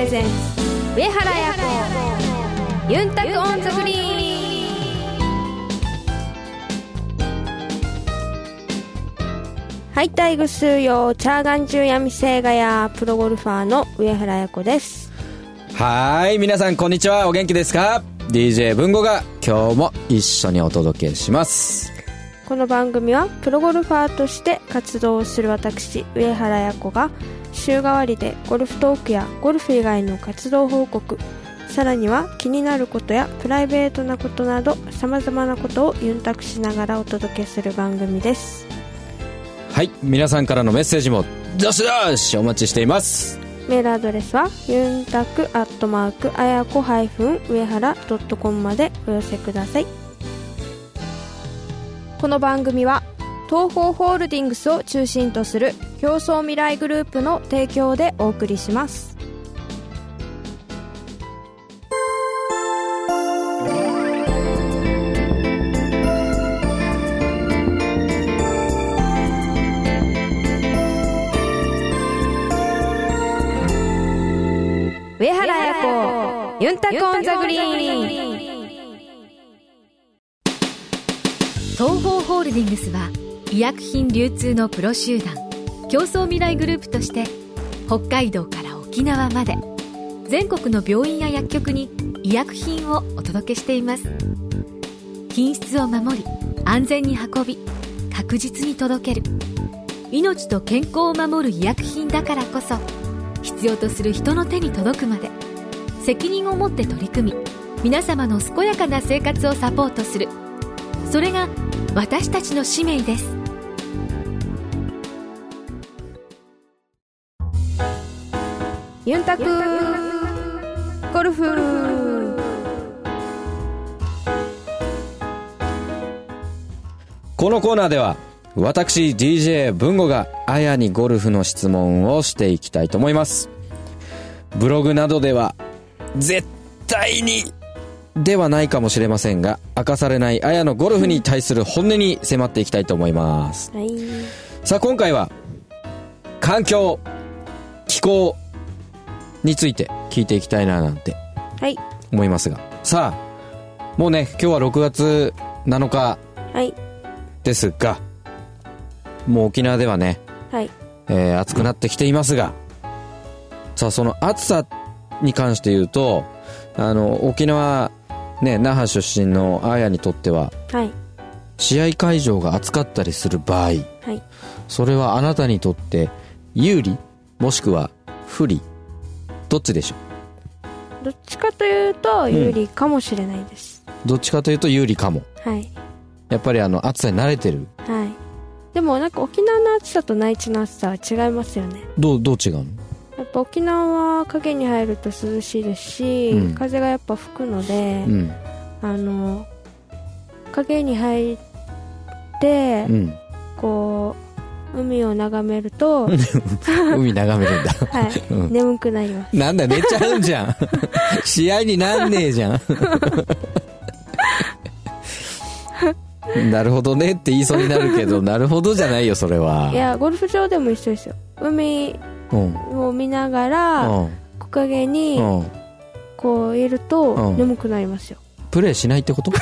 レゼンツ上原彩子ユンタクオンザフリー。はい、タイグスーヨーチャーガンジュヤミセイガヤプロゴルファーの上原彩子です。 はい、皆さんこんにちは。お元気ですか？ DJ 文吾が今日も一緒にお届けします。 この番組はプロゴルファーとして活動をする私上原彩子が週替わりでゴルフトークやゴルフ以外の活動報告、さらには気になることやプライベートなことなどさまざまなことをユンタクしながらお届けする番組です。 はい、皆さんからのメッセージもどしどしお待ちしています。 メールアドレスはユンタクあやこ上原.com までお寄せください。この番組は東方ホールディングスを中心とする競争未来グループの提供でお送りします。上原彩子ユンタクオンザグリーン。 東方ホールディングスは医薬品流通のプロ集団競争未来グループとして北海道から沖縄まで全国の病院や薬局に医薬品をお届けしています。品質を守り安全に運び確実に届ける、命と健康を守る医薬品だからこそ必要とする人の手に届くまで責任を持って取り組み、皆様の健やかな生活をサポートする、それが私たちの使命です。 ユンタクゴルフ。 このコーナーでは私 DJ 文吾があやにゴルフの質問をしていきたいと思います。ブログなどでは絶対にではないかもしれませんが明かされないあやのゴルフに対する本音に迫っていきたいと思います、 はい、 さあ今回は環境気候について聞いていきたいななんて思いますが、さあもうね今日は6月7日ですが、もう沖縄ではね、暑くなってきていますが、さあその暑さに関して言うと沖縄ね、那覇出身のあやにとっては、試合会場が暑かったりする場合、それはあなたにとって有利もしくは不利、どっちでしょう？どっちかというと有利かもしれないです、 どっちかというと有利かも。やっぱり暑さに慣れてる。 でもなんか沖縄の暑さと内地の暑さは違いますよね。どう違うの？やっぱ沖縄は影に入ると涼しいですし、風がやっぱ吹くので、影に入って、こう海を眺めると海眺めるんだ眠くなります。 なんだ寝ちゃうんじゃん試合になんねえじゃんなるほどねって言いそうになるけどなるほどじゃないよそれは。 いやゴルフ場でも一緒ですよ。海を見ながら木陰にこういると眠くなりますよ。 プレイしないってこと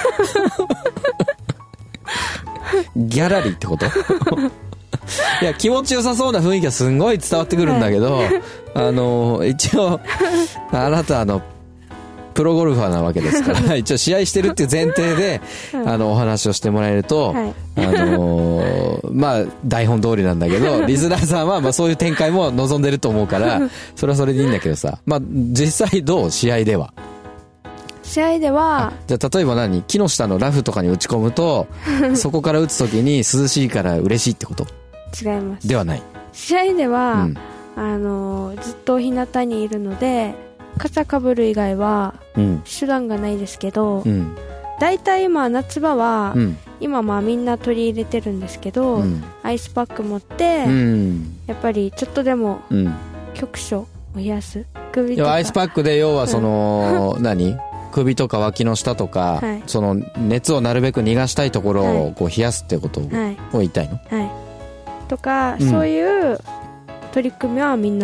ギャラリーってこといや気持ちよさそうな雰囲気がすんごい伝わってくるんだけど、一応あなたプロゴルファーなわけですから一応試合してるっていう前提でお話をしてもらえると、まあ台本通りなんだけどリスナーさんはまあそういう展開も望んでると思うからそれはそれでいいんだけどさ、まあ実際どう？試合ではじゃあ例えば木の下のラフとかに打ち込むとそこから打つときに涼しいから嬉しいってこと？ 違います。 ではない。 試合では、ずっと日向にいるので傘かぶる以外は手段がないですけど、だいたい今夏場は、今まあみんな取り入れてるんですけど、アイスパック持って、やっぱりちょっとでも、局所を冷やす首とか。 アイスパックで要はその、首とか脇の下とか、その熱をなるべく逃がしたいところをこう冷やすってことを言いたいの？ とか、そういう取り組みはみんな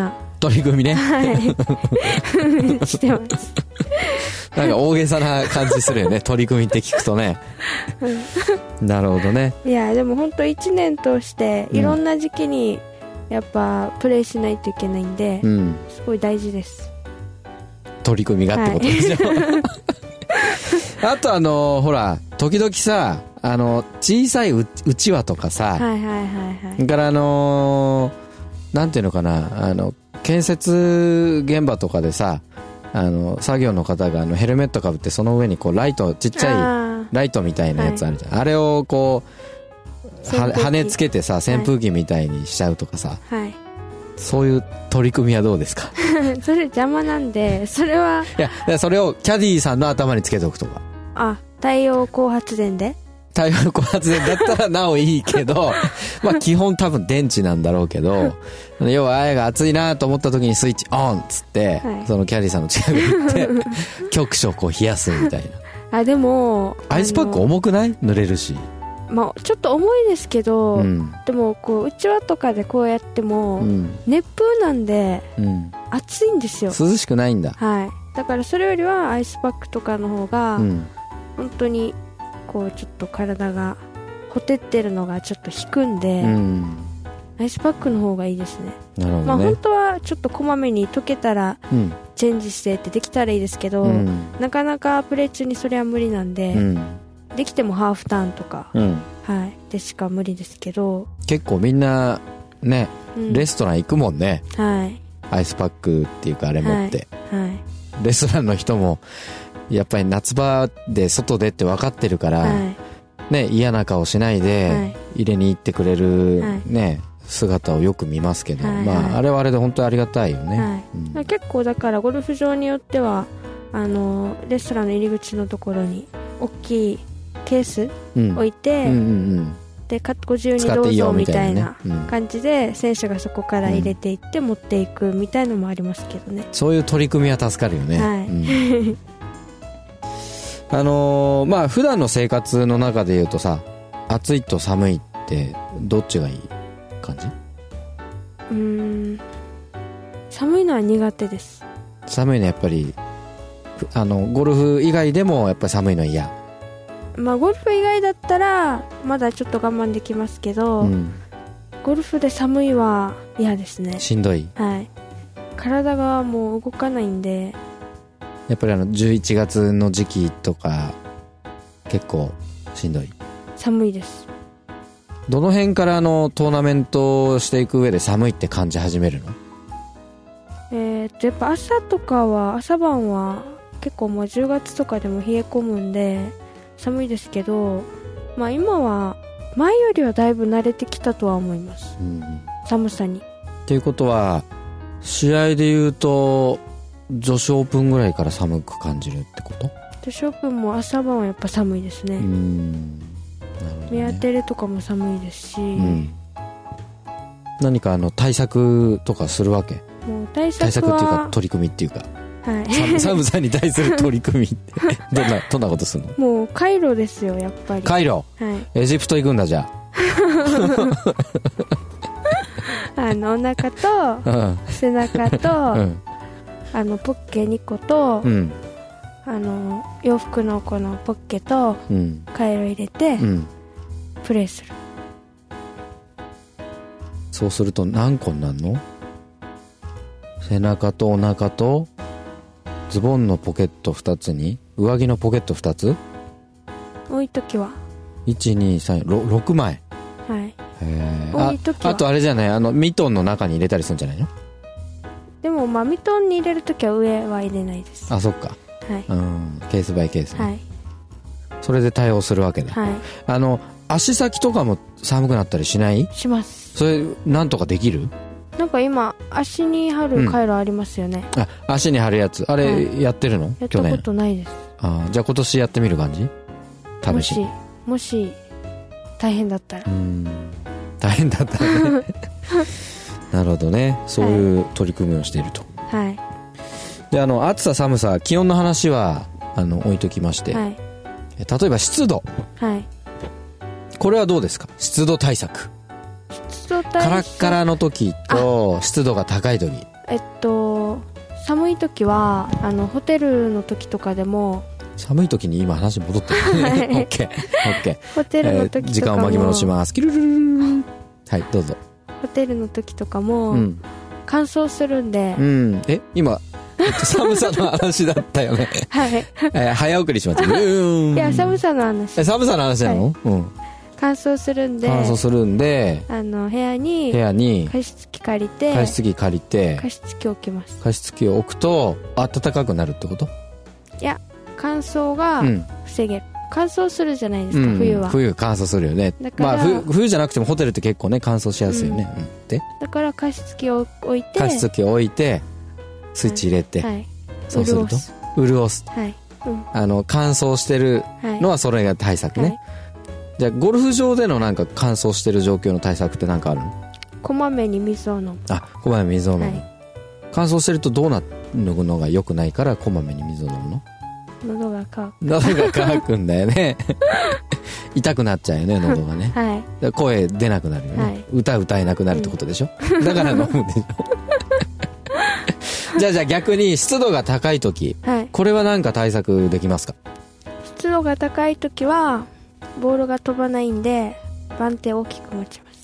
取り組みね。 はい。してます。 なんか大げさな感じするよね。取り組みって聞くとね。なるほどね。 いや、でも本当1年通していろんな時期にやっぱプレイしないといけないんで、すごい大事です。 取り組みがってことですよ。あとほら、時々さ、小さいうちわとかさ、だからなんていうのかな、建設現場とかでさ、作業の方がヘルメットかぶってその上にこうライト、ちっちゃいライトみたいなやつあるじゃん。あれをこう羽根つけてさ、扇風機みたいにしちゃうとかさ、そういう取り組みはどうですか？ それ邪魔なんで、それは。 いや、それをキャディーさんの頭につけておくとか。 太陽光発電で？ 太陽光発電だったらなおいいけど、まあ基本多分電池なんだろうけど、要はあやが暑いなと思った時にスイッチオンっつって、そのキャディーさんの近くに行って、局所をこう冷やすみたいな。でも、 アイスパック重くない？濡れるし。 まあちょっと重いですけど、でもこう、うちわとかでこうやっても、熱風なんで、暑いんですよ。 涼しくないんだ。 はい。だからそれよりはアイスパックとかの方が、本当に、こうちょっと体がほてってるのがちょっと引くんで、アイスパックの方がいいですね。 なるほどね。 まあ本当はちょっとこまめに溶けたらチェンジしてってできたらいいですけど、なかなかプレイ中にそれは無理なんで、できてもハーフターンとか、でしか無理ですけど。 結構みんなね、レストラン行くもんね。アイスパックっていうかあれ持って、レストランの人もやっぱり夏場で外でって分かってるから、ね、嫌な顔しないで入れに行ってくれる、ね、姿をよく見ますけど、まああれはあれで本当にありがたいよね。 結構だからゴルフ場によってはレストランの入り口のところに大きいケース置いて、でご自由にどうぞみたいな感じで選手がそこから入れていって持っていくみたいのもありますけどね。 そういう取り組みは助かるよね。まあ普段の生活の中で言うとさ、暑いと寒いってどっちがいい感じ？ 寒いのは苦手です。 寒いのはやっぱりゴルフ以外でもやっぱり寒いのは嫌？ まあゴルフ以外だったらまだちょっと我慢できますけど、ゴルフで寒いは嫌ですね。 しんどい？ 体がもう動かないんで。 やっぱり11月の時期とか結構しんどい？ 寒いです。 どの辺からトーナメントをしていく上で寒いって感じ始めるの？ やっぱ朝晩は結構もう10月とかでも冷え込むんで寒いですけど、まあ今は前よりはだいぶ慣れてきたとは思います、寒さに。 っていうことは試合でいうと女子オープンぐらいから寒く感じるってこと？ 女子オープンも朝晩はやっぱ寒いですね。メアテレとかも寒いですし、 何か対策とかするわけ？ もう対策っていうか取り組みっていうか、寒さに対する取り組みってどんなことするの？ もうカイロですよ、やっぱり。 カイロ、エジプト行くんだじゃあお腹と、背中と、ポッケ2個と、洋服のこのポッケと、カイロ入れて、プレイする。 そうすると何個になるの？背中とお腹とズボンのポケット2つに上着のポケット2つ？ 多い時は 1,2,3,6 枚。 多い時は。 あとあれじゃない、ミトンの中に入れたりするんじゃないの？ でもまあミトンに入れる時は上は入れないです。 そっか。ケースバイケースね。それで対応するわけだ。足先とかも寒くなったりしない？ します。 それなんとかできる？ なんか今足に貼るカイロありますよね。 足に貼るやつ、あれやってるの？ やったことないです。 じゃあ今年やってみる感じ？試し。 もし大変だったら。 大変だったらね。なるほどね。そういう取り組みをしていると。で暑さ寒さ気温の話は置いときまして、例えば湿度、これはどうですか？湿度対策。カラッカラの時と湿度が高い時。 寒い時はホテルの時とかでも、 寒い時に今話戻ってるね。 はい、 オッケー。 ホテルの時とかも、 時間を巻き戻します。キルルルル。はい、どうぞ。 ホテルの時とかも、乾燥するんで、 今寒さの話だったよね。 はい。 早送りします。 いや、寒さの話。 寒さの話なの？はい、 乾燥するんで、部屋に加湿器借りて、加湿器置きます。 加湿器を置くと暖かくなるってこと？ いや、乾燥が防げる。乾燥するじゃないですか、冬は。 冬乾燥するよね。まあ冬じゃなくてもホテルって結構ね、乾燥しやすいよね。 で、だから加湿器を置いて、 スイッチ入れて、 はい、 そうすると潤す。 はい。 乾燥してるのはそれが対策ね。はい、じゃあゴルフ場でのなんか乾燥してる状況の対策って何かあるの？ こまめに水を飲む。 こまめに水を飲む。はい、乾燥してるとどうなるのが良くないからこまめに水を飲むの？ 喉が渇くんだよね。痛くなっちゃうよね、喉がね。 はい、 声出なくなるよね。はい、歌えなくなるってことでしょ？だから飲むんでしょ？じゃあ逆に湿度が高い時、はい、これは何か対策できますか？ 湿度が高い時はボールが飛ばないんで番手を大きく持ちます。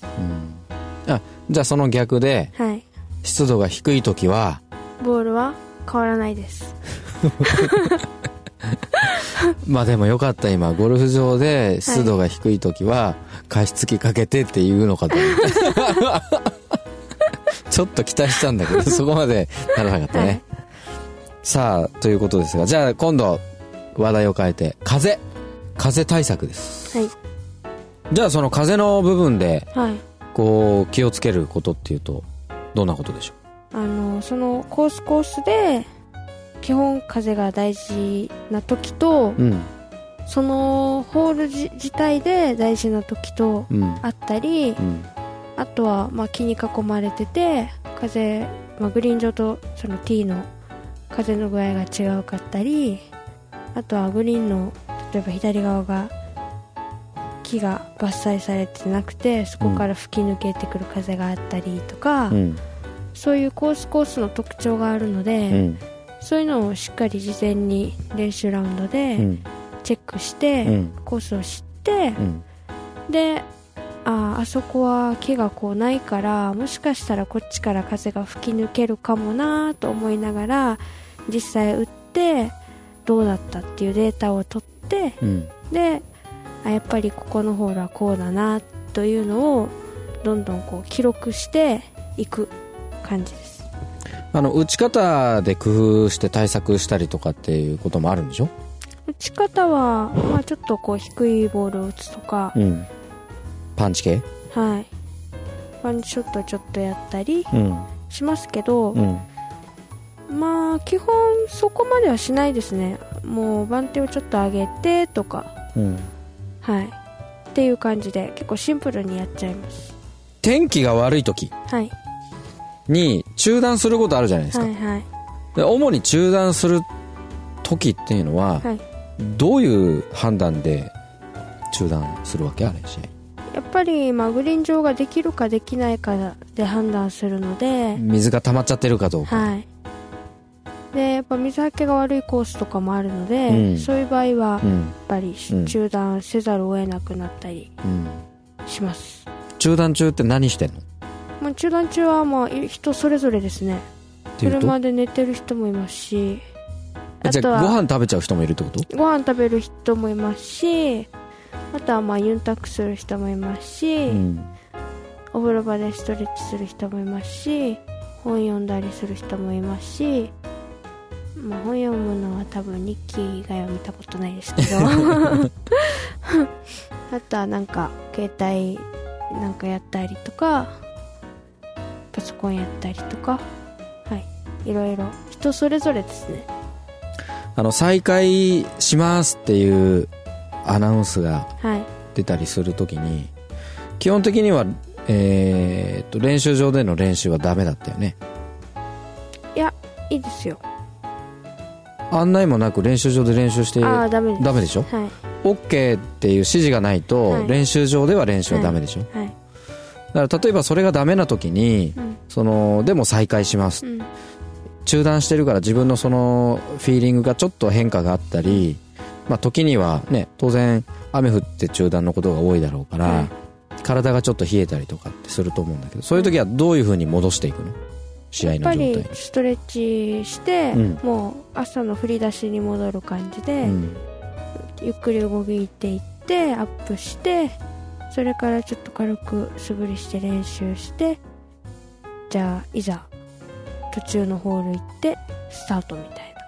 じゃあその逆で、はい、湿度が低い時はボールは変わらないです。 まあでもよかった、今ゴルフ場で湿度が低い時は加湿器かけてって言うのかと思ってちょっと期待したんだけどそこまでならなかったね。はい、さあということですが、じゃあ今度話題を変えて風対策です。はい。じゃあその風の部分で、はい、こう気をつけることっていうとどんなことでしょう？そのコースで基本風が大事な時と、そのホール自体で大事な時とあったり、あとは木に囲まれてて風、グリーン上とそのティーの風の具合が違うかったり、あとはグリーンの例えば左側が木が伐採されてなくてそこから吹き抜けてくる風があったりとか、そういうコースの特徴があるので、そういうのをしっかり事前に練習ラウンドでチェックして、コースを知って、であそこは木がこうないからもしかしたらこっちから風が吹き抜けるかもなと思いながら実際打ってどうだったっていうデータを取って、でやっぱりここのホールはこうだなというのをどんどんこう記録していく感じです。 打ち方で工夫して対策したりとかっていうこともあるんでしょ？ 打ち方は、ちょっとこう低いボールを打つとか、 パンチ系？ はい。パンチショットちょっとやったりしますけど、基本そこまではしないですね。もう番手をちょっと上げてとか、はい。っていう感じで結構シンプルにやっちゃいます。 天気が悪い時に中断することあるじゃないですか。で主に中断する時っていうのは、どういう判断で中断するわけ？あれ試合やっぱりグリーン上ができるかできないかで判断するので、 水が溜まっちゃってるかどうか、 はい。でやっぱ水はけが悪いコースとかもあるので、そういう場合はやっぱり中断せざるを得なくなったりします。 中断中って何してんの？ 中断中は人それぞれですね。車で寝てる人もいますし、 じゃあご飯食べちゃう人もいるってこと？ ご飯食べる人もいますし、あとはユンタクする人もいますし、お風呂場でストレッチする人もいますし、本読んだりする人もいますし、本読むのは多分日記以外は見たことないですけどあとはなんか携帯なんかやったりとかパソコンやったりとか、はい、いろいろ人それぞれですね。 再開しますっていうアナウンスが出たりするときに、基本的には、練習場での練習はダメだったよね。 いや、いいですよ。 案内もなく練習場で練習してダメです。 ダメでしょ？はい。OK っていう指示がないと、練習場では練習はダメでしょ？はい。だから例えばそれがダメな時に、 でも再開します、中断してるから自分のそのフィーリングがちょっと変化があったり、時にはね、当然雨降って中断のことが多いだろうから、体がちょっと冷えたりとかってすると思うんだけど、そういう時はどういう風に戻していくの？試合の状態。 やっぱりストレッチして、もう朝の振り出しに戻る感じで、ゆっくり動いていってアップして、それからちょっと軽く素振りして練習して、じゃあいざ途中のホール行ってスタートみたいな。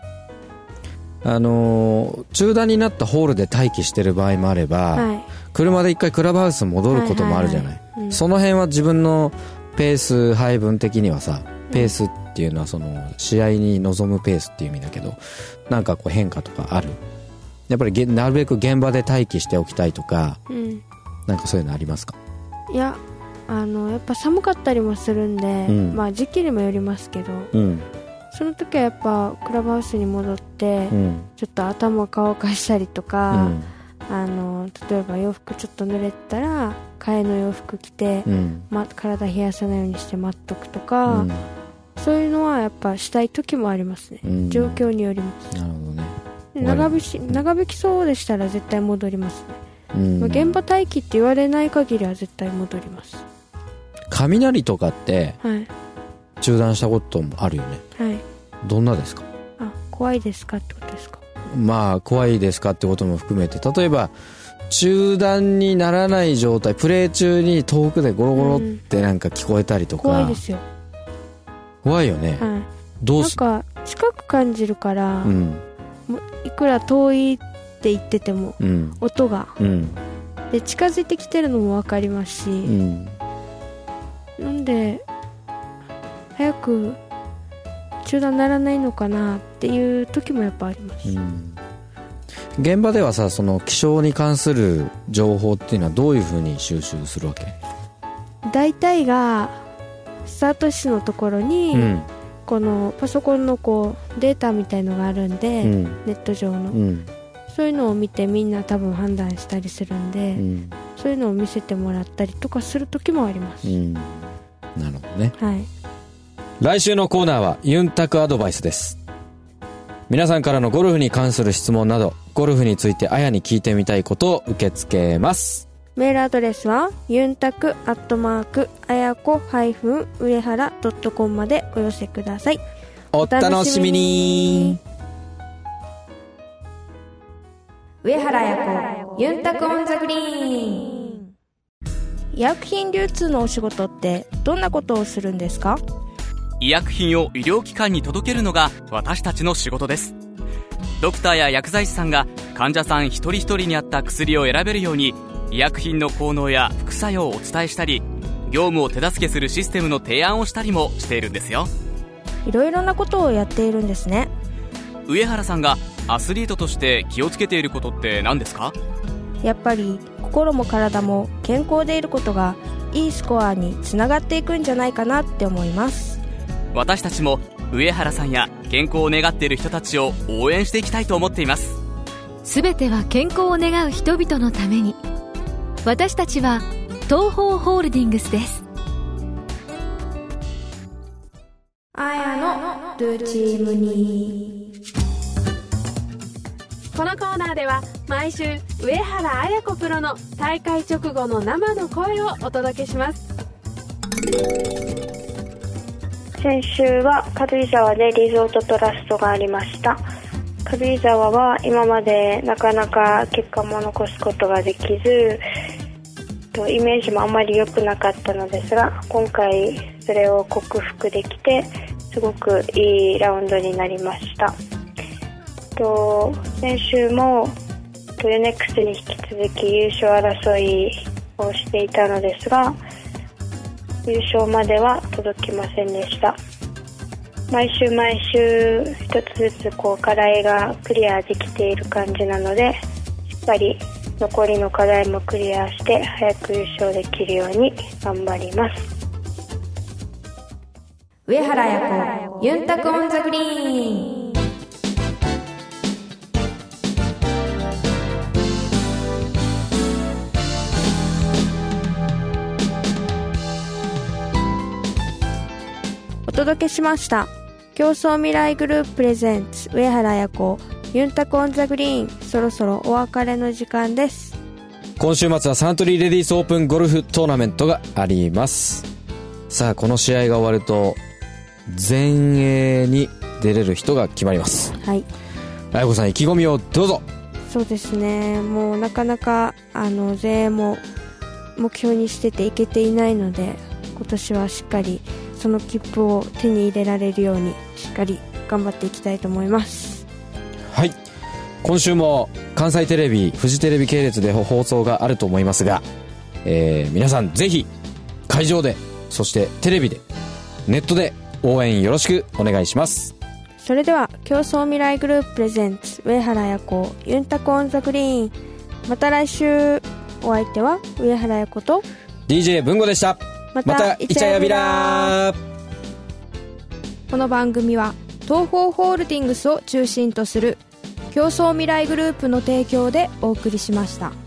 中断になったホールで待機してる場合もあれば、車で一回クラブハウスに戻ることもあるじゃない。その辺は自分のペース配分的にはさ、ペースっていうのはその試合に臨むペースっていう意味だけど、なんかこう変化とかある？やっぱりなるべく現場で待機しておきたいとか、なんかそういうのありますか？いや、 やっぱ寒かったりもするんで、時期にもよりますけど、その時はやっぱクラブハウスに戻って、ちょっと頭を乾かしたりとか、例えば洋服ちょっと濡れたら替えの洋服着て、体冷やさないようにして待っとくとか、そういうのはやっぱしたい時もありますね。状況によります。 なるほどね。 長引きそうでしたら絶対戻りますね。現場待機って言われない限りは絶対戻ります。 雷とかって、中断したこともあるよね。どんなですか？ 怖いですかってことですか？ 怖いですかってことも含めて、例えば中断にならない状態、プレー中に遠くでゴロゴロってなんか聞こえたりとか、 怖いですよ。 怖いよね。 どうなんか近く感じるから、いくら遠いって言ってても、音が、で近づいてきてるのも分かりますし、なんで早く中断ならないのかなっていう時もやっぱあります。 現場ではさ、その気象に関する情報っていうのはどういう風に収集するわけ？ 大体がスタート室のところに、このパソコンのこうデータみたいのがあるんで、ネット上の、そういうのを見てみんな多分判断したりするんで、そういうのを見せてもらったりとかする時もあります。 なるほどね。来週のコーナーはユンタクアドバイスです。皆さんからのゴルフに関する質問など、ゴルフについてあやに聞いてみたいことを受け付けます。 メールアドレスはユンタクあやこ上原.com までお寄せください。 お楽しみに。 上原彩子ユンタクオンザグリーン。 医薬品流通のお仕事ってどんなことをするんですか？ 医薬品を医療機関に届けるのが私たちの仕事です。ドクターや薬剤師さんが患者さん一人一人に合った薬を選べるように、医薬品の効能や副作用をお伝えしたり、業務を手助けするシステムの提案をしたりもしているんですよ。 いろいろなことをやっているんですね。 上原さんがアスリートとして気をつけていることって何ですか？ やっぱり心も体も健康でいることがいいスコアにつながっていくんじゃないかなって思います。 私たちも上原さんや健康を願っている人たちを応援していきたいと思っています。 すべては健康を願う人々のために。私たちは東方ホールディングスです。 あやのルチームに。 このコーナーでは毎週上原彩子プロの大会直後の生の声をお届けします。 先週は軽井沢でリゾートトラストがありました。軽井沢は今までなかなか結果も残すことができず、イメージもあまり良くなかったのですが、今回それを克服できてすごくいいラウンドになりました。先週もユネックスに引き続き優勝争いをしていたのですが、優勝までは届きませんでした。毎週一つずつ課題がクリアできている感じなので、しっかり残りの課題もクリアして早く優勝できるように頑張ります。 上原彩子ユンタクオンザグリーン。 届けしました。競争未来グループプレゼンツ上原彩子ユンタコオンザグリーン、そろそろお別れの時間です。 今週末はサントリーレディースオープンゴルフトーナメントがあります。さあこの試合が終わると全英に出れる人が決まります。 はい、 彩子さん意気込みをどうぞ。 そうですね、もうなかなか全英も目標にしてていけていないので、今年はしっかりその切符を手に入れられるようにしっかり頑張っていきたいと思います。 はい、今週も関西テレビフジテレビ系列で放送があると思いますが、皆さんぜひ会場で、そしてテレビで、ネットで応援よろしくお願いします。 それでは競争未来グループプレゼンツ上原彩子ユンタコオンザグリーン、また来週。お相手は上原彩子と DJ 文吾でした。またイチャヤビラー。 この番組は東方ホールディングスを中心とする競争未来グループの提供でお送りしました。